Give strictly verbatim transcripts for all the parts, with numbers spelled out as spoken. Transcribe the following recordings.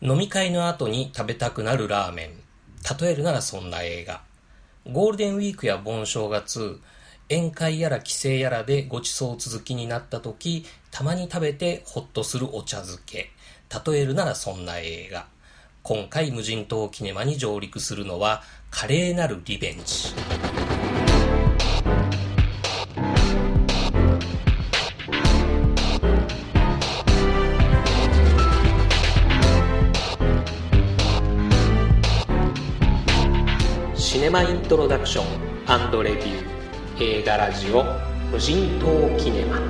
飲み会の後に食べたくなるラーメン。例えるならそんな映画。ゴールデンウィークや盆正月、宴会やら帰省やらでごちそう続きになった時、たまに食べてホッとするお茶漬け。例えるならそんな映画。今回無人島キネマに上陸するのは華麗なるリベンジ。シネマイントロダクション&レビュー映画ラジオ無人島キネマ。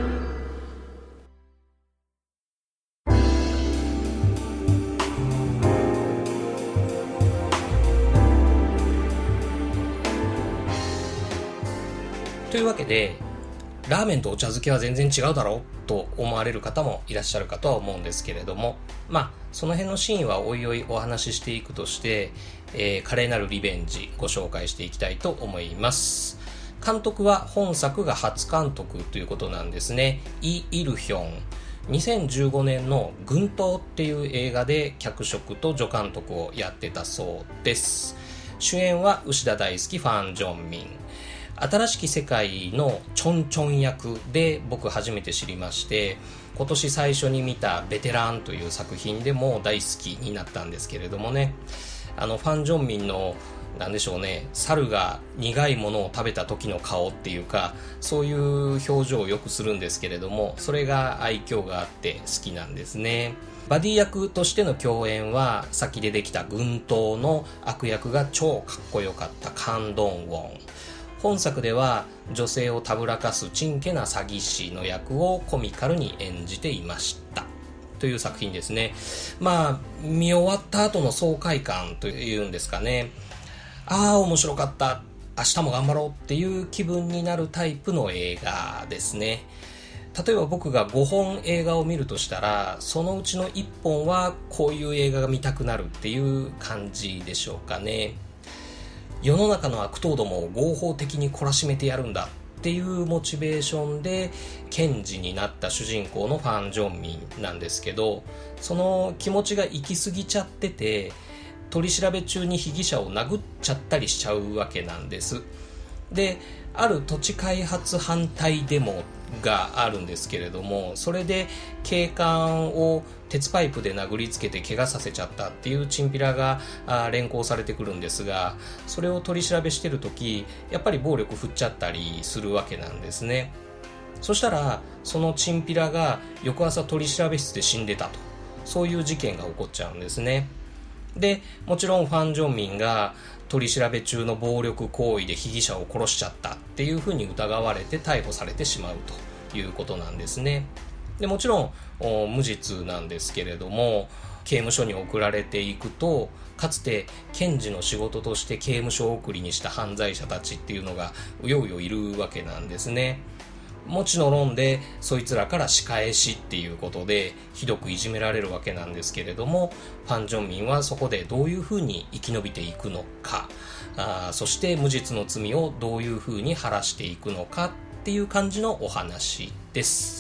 というわけで、ラーメンとお茶漬けは全然違うだろうと思われる方もいらっしゃるかとは思うんですけれども、まあその辺のシーンはおいおいお話ししていくとして、えー、華麗なるリベンジご紹介していきたいと思います。監督は本作が初監督ということなんですね。イ・イルヒョン。にせんじゅうごねんの軍刀っていう映画で脚色と助監督をやってたそうです。主演は牛田大輔、ファン・ジョンミン。新しき世界のチョンチョン役で僕初めて知りまして、今年最初に見たベテランという作品でも大好きになったんですけれどもね、あのファン・ジョンミンのなんでしょうね、猿が苦いものを食べた時の顔っていうか、そういう表情をよくするんですけれども、それが愛嬌があって好きなんですね。バディ役としての共演はさっき出てきた軍刀の悪役が超かっこよかったカン・ドンウォン。本作では女性をたぶらかすちんけな詐欺師の役をコミカルに演じていましたという作品ですね。まあ見終わった後の爽快感というんですかね、ああ面白かった、明日も頑張ろうっていう気分になるタイプの映画ですね。例えば僕がごほん映画を見るとしたら、そのうちのいっぽんはこういう映画が見たくなるっていう感じでしょうかね。世の中の悪党どもを合法的に懲らしめてやるんだっていうモチベーションで検事になった主人公のファン・ジョンミンなんですけど、その気持ちが行き過ぎちゃってて、取り調べ中に被疑者を殴っちゃったりしちゃうわけなんです。で、ある土地開発反対デモがあるんですけれども、それで警官を鉄パイプで殴りつけて怪我させちゃったっていうチンピラが連行されてくるんですが、それを取り調べしてるとき、やっぱり暴力振っちゃったりするわけなんですね。そしたらそのチンピラが翌朝取り調べ室で死んでたと、そういう事件が起こっちゃうんですね。で、もちろんファン・ジョンミンが取り調べ中の暴力行為で被疑者を殺しちゃったっていうふうに疑われて逮捕されてしまうということなんですね。で、もちろん無実なんですけれども、刑務所に送られていくと、かつて検事の仕事として刑務所送りにした犯罪者たちっていうのがうようよいるわけなんですね。もちの論でそいつらから仕返しっていうことでひどくいじめられるわけなんですけれども、ファン・ジョンミンはそこでどういうふうに生き延びていくのか、あそして無実の罪をどういうふうに晴らしていくのかっていう感じのお話です。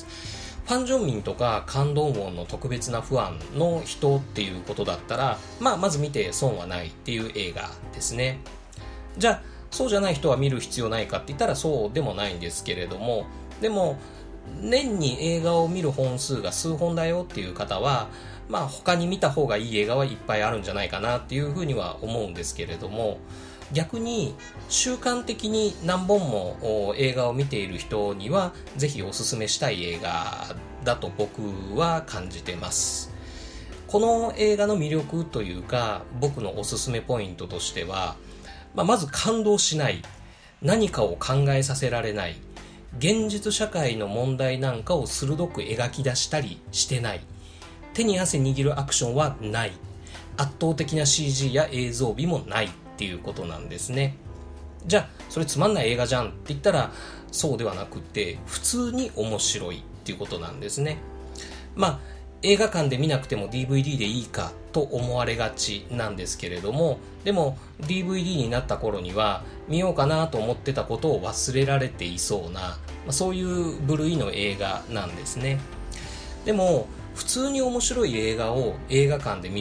ファン・ジョンミンとかカン・ドンウォンの特別なファンの人っていうことだったら、まあまず見て損はないっていう映画ですね。じゃあそうじゃない人は見る必要ないかって言ったらそうでもないんですけれども、でも年に映画を見る本数が数本だよっていう方は、まあ他に見た方がいい映画はいっぱいあるんじゃないかなっていうふうには思うんですけれども、逆に習慣的に何本も映画を見ている人にはぜひおすすめしたい映画だと僕は感じてます。この映画の魅力というか、僕のおすすめポイントとしては、まあ、まず感動しない、何かを考えさせられない、現実社会の問題なんかを鋭く描き出したりしてない、手に汗握るアクションはない、圧倒的な シージー や映像美もないっていうことなんですね。じゃあそれつまんない映画じゃんって言ったらそうではなくて、普通に面白いっていうことなんですね。まあ映画館で見なくても ディーブイディー でいいかと思われがちなんですけれども、でも ディーブイディー になった頃には見ようかなと思ってたことを忘れられていそうな、そういう部類の映画なんですね。でも普通に面白い映画を映画館で見るっ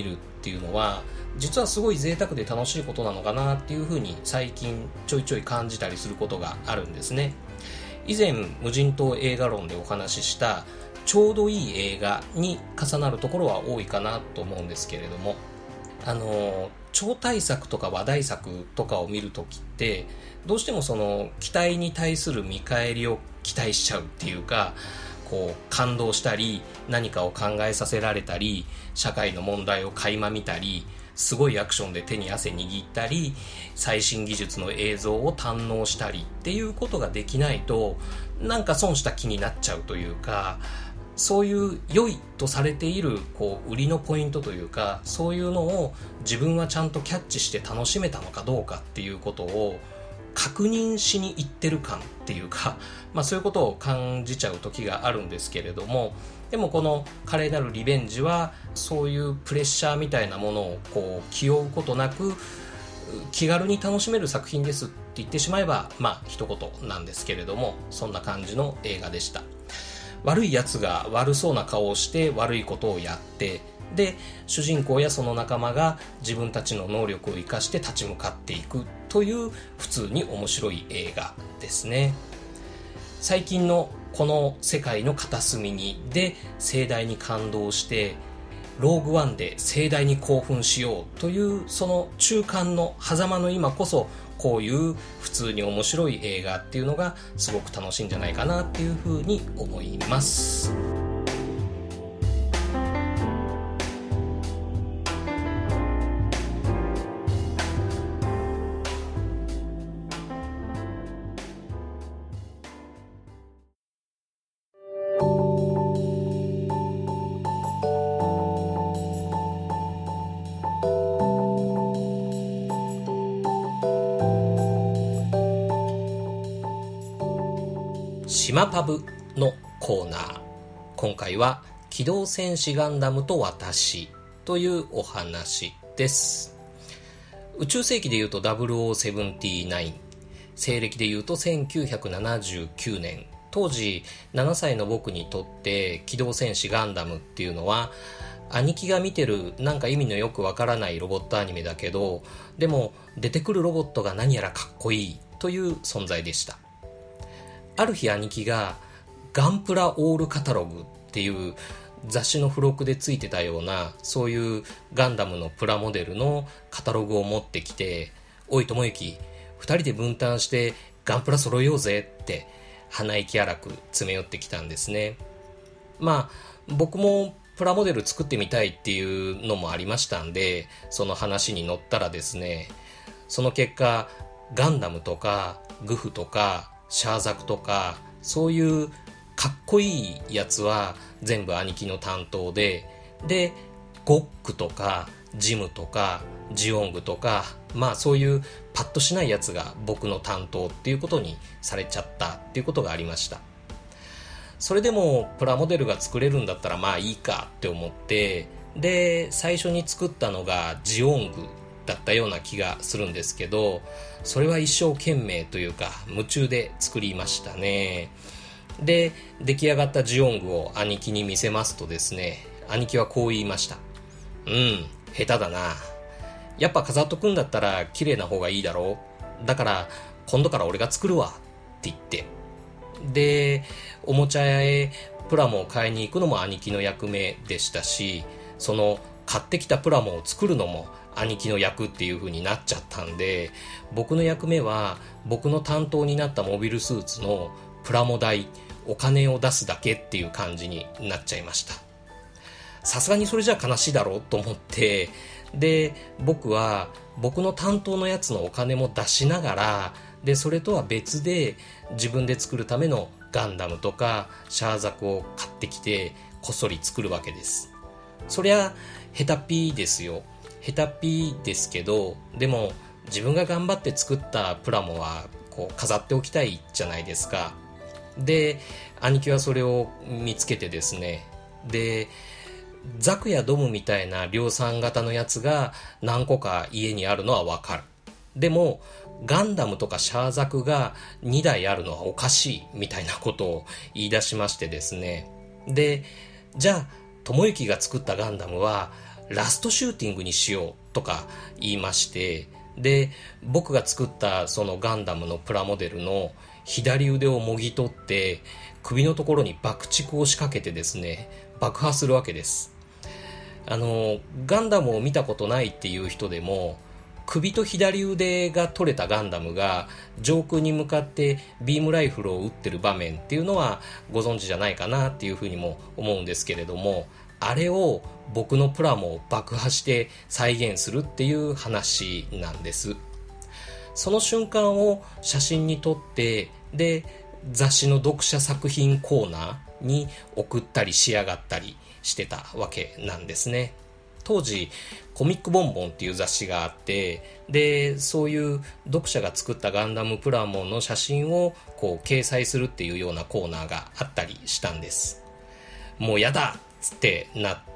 っていうのは実はすごい贅沢で楽しいことなのかなっていうふうに最近ちょいちょい感じたりすることがあるんですね。以前無人島映画論でお話ししたちょうどいい映画に重なるところは多いかなと思うんですけれども、あの超大作とか話題作とかを見るときってどうしてもその期待に対する見返りを期待しちゃうっていうか、こう感動したり何かを考えさせられたり社会の問題を垣間見たりすごいアクションで手に汗握ったり最新技術の映像を堪能したりっていうことができないとなんか損した気になっちゃうというか、そういう良いとされているこう売りのポイントというか、そういうのを自分はちゃんとキャッチして楽しめたのかどうかっていうことを確認しに行ってる感っていうか、まあそういうことを感じちゃう時があるんですけれども、でもこの華麗なるリベンジはそういうプレッシャーみたいなものをこう気負うことなく気軽に楽しめる作品ですって言ってしまえばまあ一言なんですけれども、そんな感じの映画でした。悪いやつが悪そうな顔をして悪いことをやって、で主人公やその仲間が自分たちの能力を生かして立ち向かっていくという普通に面白い映画ですね。最近のこの世界の片隅にで盛大に感動してローグワンで盛大に興奮しようというその中間の狭間の今こそこういう普通に面白い映画っていうのがすごく楽しいんじゃないかなっていうふうに思います。島パブのコーナー。今回は機動戦士ガンダムと私というお話です。宇宙世紀でいうとダブルオーセブンティーナイン、西暦でいうとせんきゅうひゃくななじゅうきゅうねん、当時ななさいの僕にとって機動戦士ガンダムっていうのは兄貴が見てるなんか意味のよくわからないロボットアニメだけど、でも出てくるロボットが何やらかっこいいという存在でした。ある日兄貴がガンプラオールカタログっていう雑誌の付録でついてたようなそういうガンダムのプラモデルのカタログを持ってきて、おい智之、二人で分担してガンプラ揃えようぜって鼻息荒く詰め寄ってきたんですね。まあ僕もプラモデル作ってみたいっていうのもありましたんで、その話に乗ったらですね、その結果ガンダムとかグフとかシャーザクとかそういうかっこいいやつは全部兄貴の担当で、でゴックとかジムとかジオングとか、まあそういうパッとしないやつが僕の担当っていうことにされちゃったっていうことがありました。それでもプラモデルが作れるんだったらまあいいかって思って、で最初に作ったのがジオングだったような気がするんですけど、それは一生懸命というか夢中で作りましたね。で出来上がったジオングを兄貴に見せますとですね、兄貴はこう言いました。うん、下手だな。やっぱ飾っとくんだったら綺麗な方がいいだろう。だから今度から俺が作るわって言って、でおもちゃ屋へプラモを買いに行くのも兄貴の役目でしたし、その買ってきたプラモを作るのも兄貴の役っていう風になっちゃったんで、僕の役目は僕の担当になったモビルスーツのプラモ代、お金を出すだけっていう感じになっちゃいました。さすがにそれじゃ悲しいだろうと思って、で僕は僕の担当のやつのお金も出しながら、でそれとは別で自分で作るためのガンダムとかシャーザクを買ってきてこっそり作るわけです。そりゃ下手っぴですよ。下手っぴですけど、でも自分が頑張って作ったプラモはこう飾っておきたいじゃないですか。で兄貴はそれを見つけてですね、でザクやドムみたいな量産型のやつが何個か家にあるのはわかる。でもガンダムとかシャーザクがにだいあるのはおかしいみたいなことを言い出しましてですね、でじゃあ智之が作ったガンダムはラストシューティングにしようとか言いまして、で僕が作ったそのガンダムのプラモデルの左腕をもぎ取って首のところに爆竹を仕掛けてですね、爆破するわけです。あのガンダムを見たことないっていう人でも、首と左腕が取れたガンダムが上空に向かってビームライフルを撃ってる場面っていうのはご存知じゃないかなっていうふうにも思うんですけれども、あれを僕のプラモを爆破して再現するっていう話なんです。その瞬間を写真に撮って、で雑誌の読者作品コーナーに送ったりしやがったりしてたわけなんですね。当時コミックボンボンっていう雑誌があって、でそういう読者が作ったガンダムプラモンの写真をこう掲載するっていうようなコーナーがあったりしたんです。もうやだっつってなって、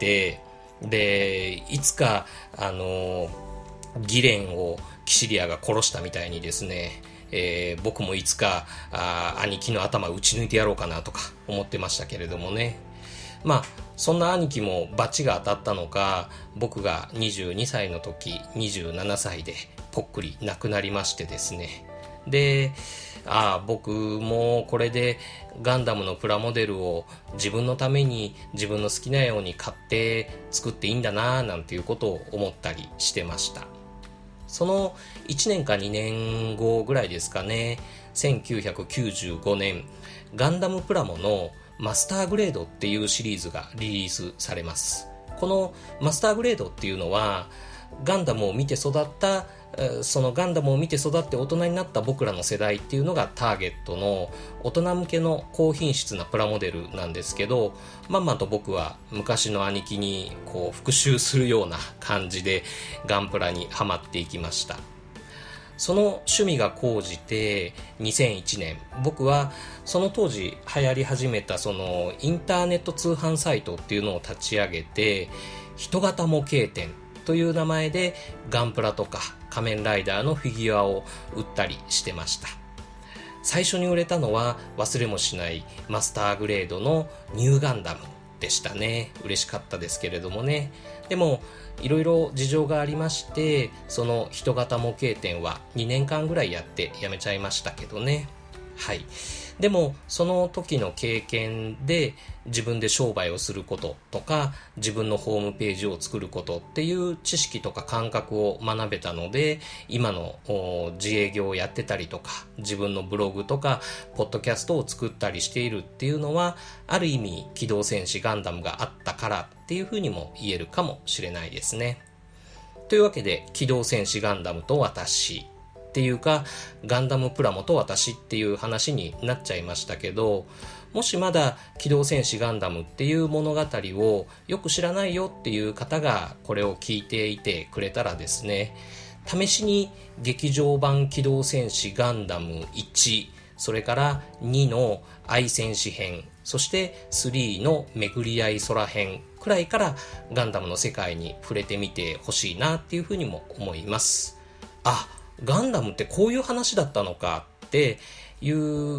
でいつかあのギレンをキシリアが殺したみたいにですね、えー、僕もいつかあ兄貴の頭打ち抜いてやろうかなとか思ってましたけれどもね。まあそんな兄貴もバチが当たったのか、僕がにじゅうにさいの時にじゅうななさいでぽっくり亡くなりましてですね。でああ僕もこれでガンダムのプラモデルを自分のために自分の好きなように買って作っていいんだななんていうことを思ったりしてました。そのいちねんかにねんごぐらいですかね、せんきゅうひゃくきゅうじゅうごねんガンダムプラモのマスターグレードっていうシリーズがリリースされます。このマスターグレードっていうのはガンダムを見て育ったそのガンダムを見て育って大人になった僕らの世代っていうのがターゲットの大人向けの高品質なプラモデルなんですけど、まんまと僕は昔の兄貴にこう復讐するような感じでガンプラにはまっていきました。その趣味が高じてにせんいちねん、僕はその当時流行り始めたそのインターネット通販サイトっていうのを立ち上げて、人型模型店という名前でガンプラとか仮面ライダーのフィギュアを売ったりしてました。最初に売れたのは忘れもしないマスターグレードのニューガンダムでしたね。嬉しかったですけれどもね。でもいろいろ事情がありまして、その人型模型店はにねんかんぐらいやってやめちゃいましたけどね。はい。でもその時の経験で自分で商売をすることとか、自分のホームページを作ることっていう知識とか感覚を学べたので、今の自営業をやってたりとか、自分のブログとかポッドキャストを作ったりしているっていうのは、ある意味機動戦士ガンダムがあったからっていうふうにも言えるかもしれないですね。というわけで、機動戦士ガンダムと私っていうかガンダムプラモと私っていう話になっちゃいましたけど、もしまだ機動戦士ガンダムっていう物語をよく知らないよっていう方がこれを聞いていてくれたらですね、試しに劇場版機動戦士ガンダムいち、それからにの愛戦士編、そしてさんの巡り合い空編くらいからガンダムの世界に触れてみてほしいなっていうふうにも思います。あ、ガンダムってこういう話だったのかっていう、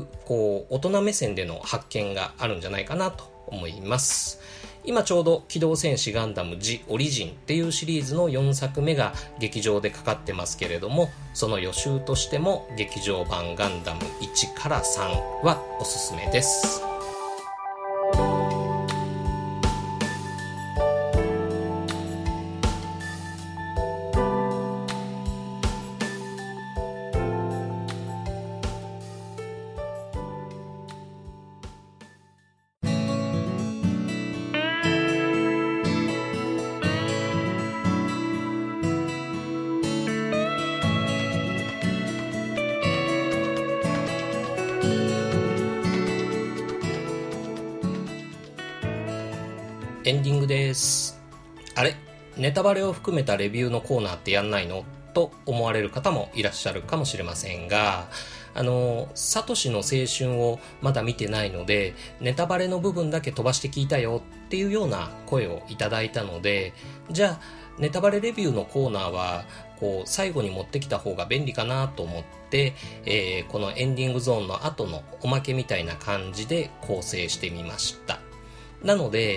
こう大人目線での発見があるんじゃないかなと思います。今ちょうど機動戦士ガンダムジオリジンっていうシリーズのよんさくめが劇場でかかってますけれども、その予習としても劇場版ガンダムいちからさんはおすすめです。エンディングです。あれ、ネタバレを含めたレビューのコーナーってやんないのと思われる方もいらっしゃるかもしれませんが、あのサトシの青春をまだ見てないのでネタバレの部分だけ飛ばして聞いたよっていうような声をいただいたので、じゃあネタバレレビューのコーナーはこう最後に持ってきた方が便利かなと思って、えー、このエンディングゾーンの後のおまけみたいな感じで構成してみました。なので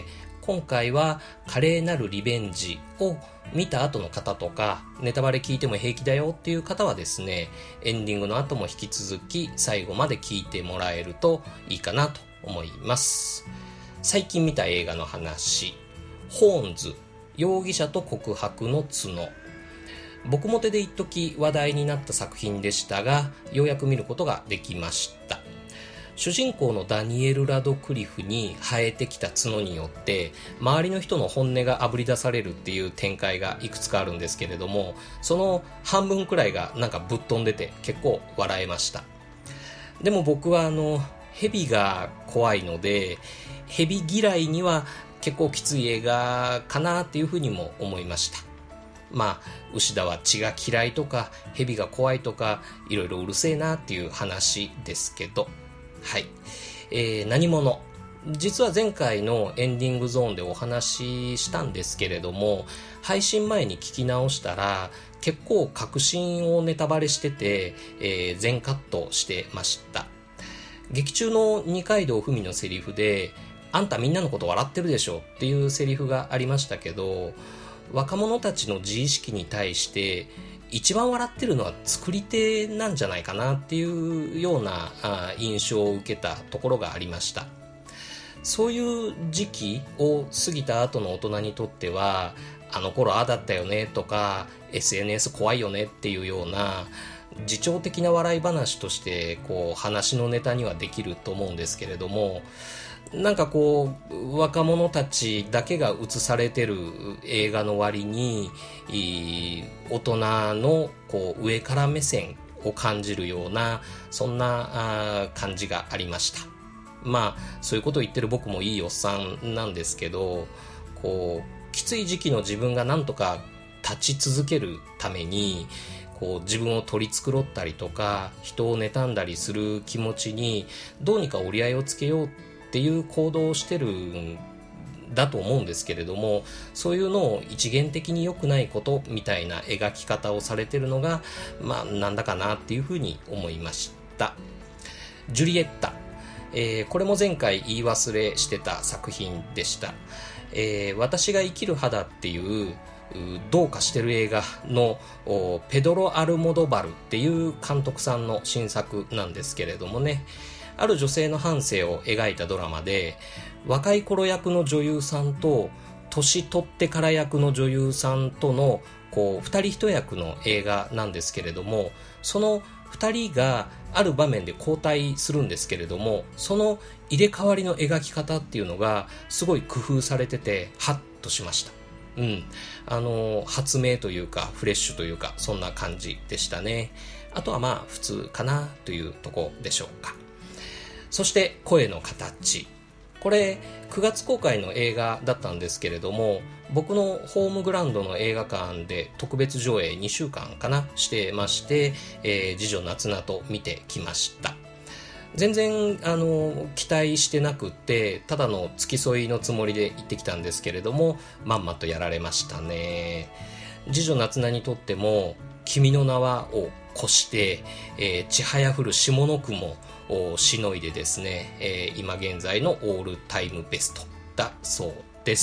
今回は華麗なるリベンジを見た後の方とか、ネタバレ聞いても平気だよっていう方はですね、エンディングの後も引き続き最後まで聞いてもらえるといいかなと思います。最近見た映画の話、ホーンズ、容疑者と告白の角。僕も手で一時話題になった作品でしたが、ようやく見ることができました。主人公のダニエル・ラドクリフに生えてきた角によって周りの人の本音があぶり出されるっていう展開がいくつかあるんですけれども、その半分くらいがなんかぶっ飛んでて結構笑えました。でも僕はあの蛇が怖いので、蛇嫌いには結構きつい映画かなっていうふうにも思いました。まあ牛田は血が嫌いとか蛇が怖いとかいろいろうるせえなっていう話ですけど、はい、えー、何者、実は前回のエンディングゾーンでお話ししたんですけれども、配信前に聞き直したら結構確信をネタバレしてて、えー、全カットしてました。劇中の二階堂ふみのセリフで、あんたみんなのこと笑ってるでしょっていうセリフがありましたけど、若者たちの自意識に対して一番笑ってるのは作り手なんじゃないかなっていうような印象を受けたところがありました。そういう時期を過ぎた後の大人にとっては、あの頃ああだったよねとか エスエヌエス 怖いよねっていうような自重的な笑い話としてこう話のネタにはできると思うんですけれども、なんかこう若者たちだけが映されてる映画の割に大人のこう上から目線を感じるような、そんな感じがありました。まあそういうことを言ってる僕もいいおっさんなんですけど、こうきつい時期の自分がなんとか立ち続けるためにこう自分を取り繕ったりとか人を妬んだりする気持ちにどうにか折り合いをつけようっていう行動をしてるんだと思うんですけれども、そういうのを一元的に良くないことみたいな描き方をされてるのがまあなんだかなっていうふうに思いました。ジュリエッタ、えー、これも前回言い忘れしてた作品でした。えー、私が生きる肌っていうどうかしてる映画のペドロ・アルモドバルっていう監督さんの新作なんですけれどもね、ある女性の半生を描いたドラマで、若い頃役の女優さんと年取ってから役の女優さんとのこう二人一役の映画なんですけれども、その二人がある場面で交代するんですけれども、その入れ替わりの描き方っていうのがすごい工夫されててハッとしました。うん、あの発明というかフレッシュというか、そんな感じでしたね。あとはまあ普通かなというとこでしょうか。そして声の形、これくがつ公開の映画だったんですけれども、僕のホームグラウンドの映画館で特別上映にしゅうかんかなしてまして、えー、次女夏菜と見てきました。全然あの期待してなくって、ただの付き添いのつもりで行ってきたんですけれども、まんまとやられましたね。次女夏菜にとっても君の名はを越して、えー、ちはやふる下の雲をしのいでですね、えー、今現在のオールタイムベストだそうです。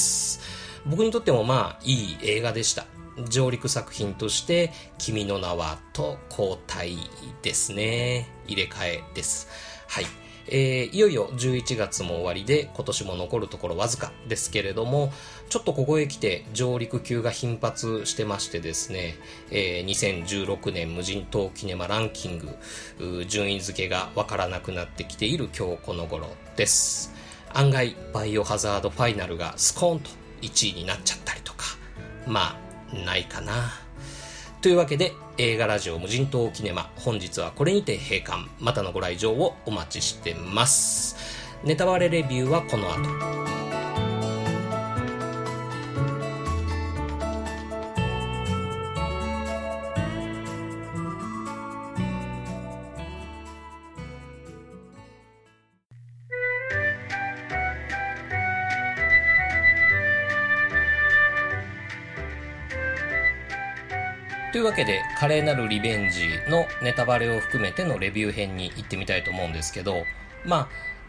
僕にとってもまあいい映画でした。上陸作品として君の名はと交代ですね。入れ替えです。はい、えー、いよいよじゅういちがつも終わりで、今年も残るところわずかですけれども、ちょっとここへ来て上陸級が頻発してましてですね、えー、にせんじゅうろくねん無人島キネマランキング順位付けがわからなくなってきている今日この頃です。案外バイオハザードファイナルがスコーンといちいになっちゃったりとか、まあないかなというわけで、映画ラジオ無人島キネマ、本日はこれにて閉館。またのご来場をお待ちしてます。ネタバレレビューはこの後。というわけで、華麗なるリベンジのネタバレを含めてのレビュー編に行ってみたいと思うんですけど、まあ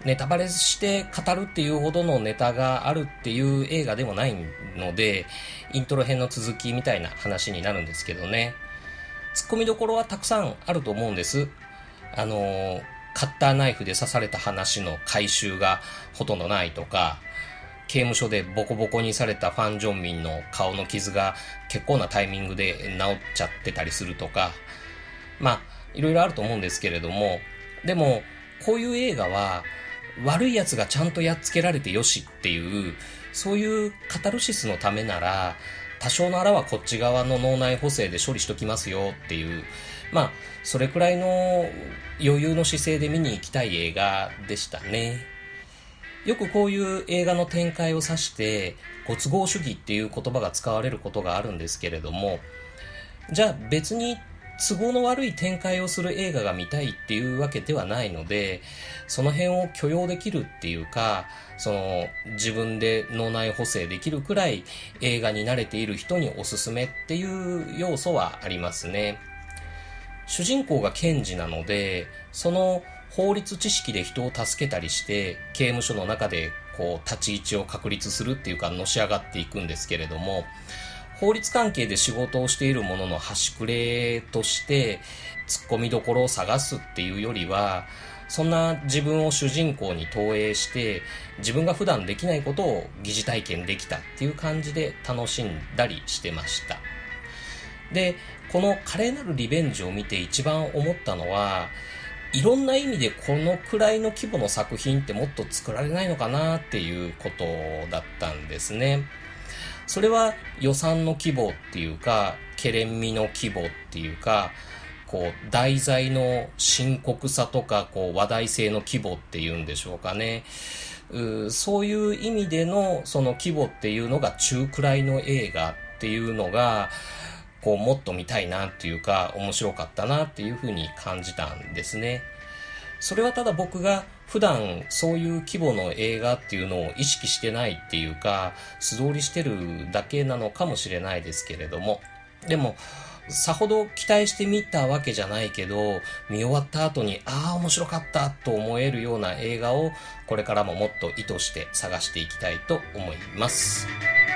ネタバレして語るっていうほどのネタがあるっていう映画でもないので、イントロ編の続きみたいな話になるんですけどね。ツッコミどころはたくさんあると思うんです。あのカッターナイフで刺された話の回収がほとんどないとか、刑務所でボコボコにされたファン・ジョンミンの顔の傷が結構なタイミングで治っちゃってたりするとか、まあいろいろあると思うんですけれども、でもこういう映画は悪いやつがちゃんとやっつけられてよしっていう、そういうカタルシスのためなら多少の荒はこっち側の脳内補正で処理しときますよっていう、まあそれくらいの余裕の姿勢で見に行きたい映画でしたね。よくこういう映画の展開を指してご都合主義っていう言葉が使われることがあるんですけれども、じゃあ別に都合の悪い展開をする映画が見たいっていうわけではないので、その辺を許容できるっていうか、その自分で脳内補正できるくらい映画に慣れている人におすすめっていう要素はありますね。主人公が検事なので、その法律知識で人を助けたりして刑務所の中でこう立ち位置を確立するっていうかのし上がっていくんですけれども、法律関係で仕事をしているものの端くれとして突っ込みどころを探すっていうよりは、そんな自分を主人公に投影して自分が普段できないことを疑似体験できたっていう感じで楽しんだりしてました。で、この華麗なるリベンジを見て一番思ったのは、いろんな意味でこのくらいの規模の作品ってもっと作られないのかなっていうことだったんですね。それは予算の規模っていうか、ケレン味の規模っていうか、こう題材の深刻さとかこう話題性の規模っていうんでしょうかね。うそういう意味でのその規模っていうのが中くらいの映画っていうのがこうもっと見たいなっていうか面白かったなっていうふうに感じたんですね。それはただ僕が普段そういう規模の映画っていうのを意識してないっていうか素通りしてるだけなのかもしれないですけれども、でもさほど期待して見たわけじゃないけど、見終わった後にああ面白かったと思えるような映画をこれからももっと意図して探していきたいと思います。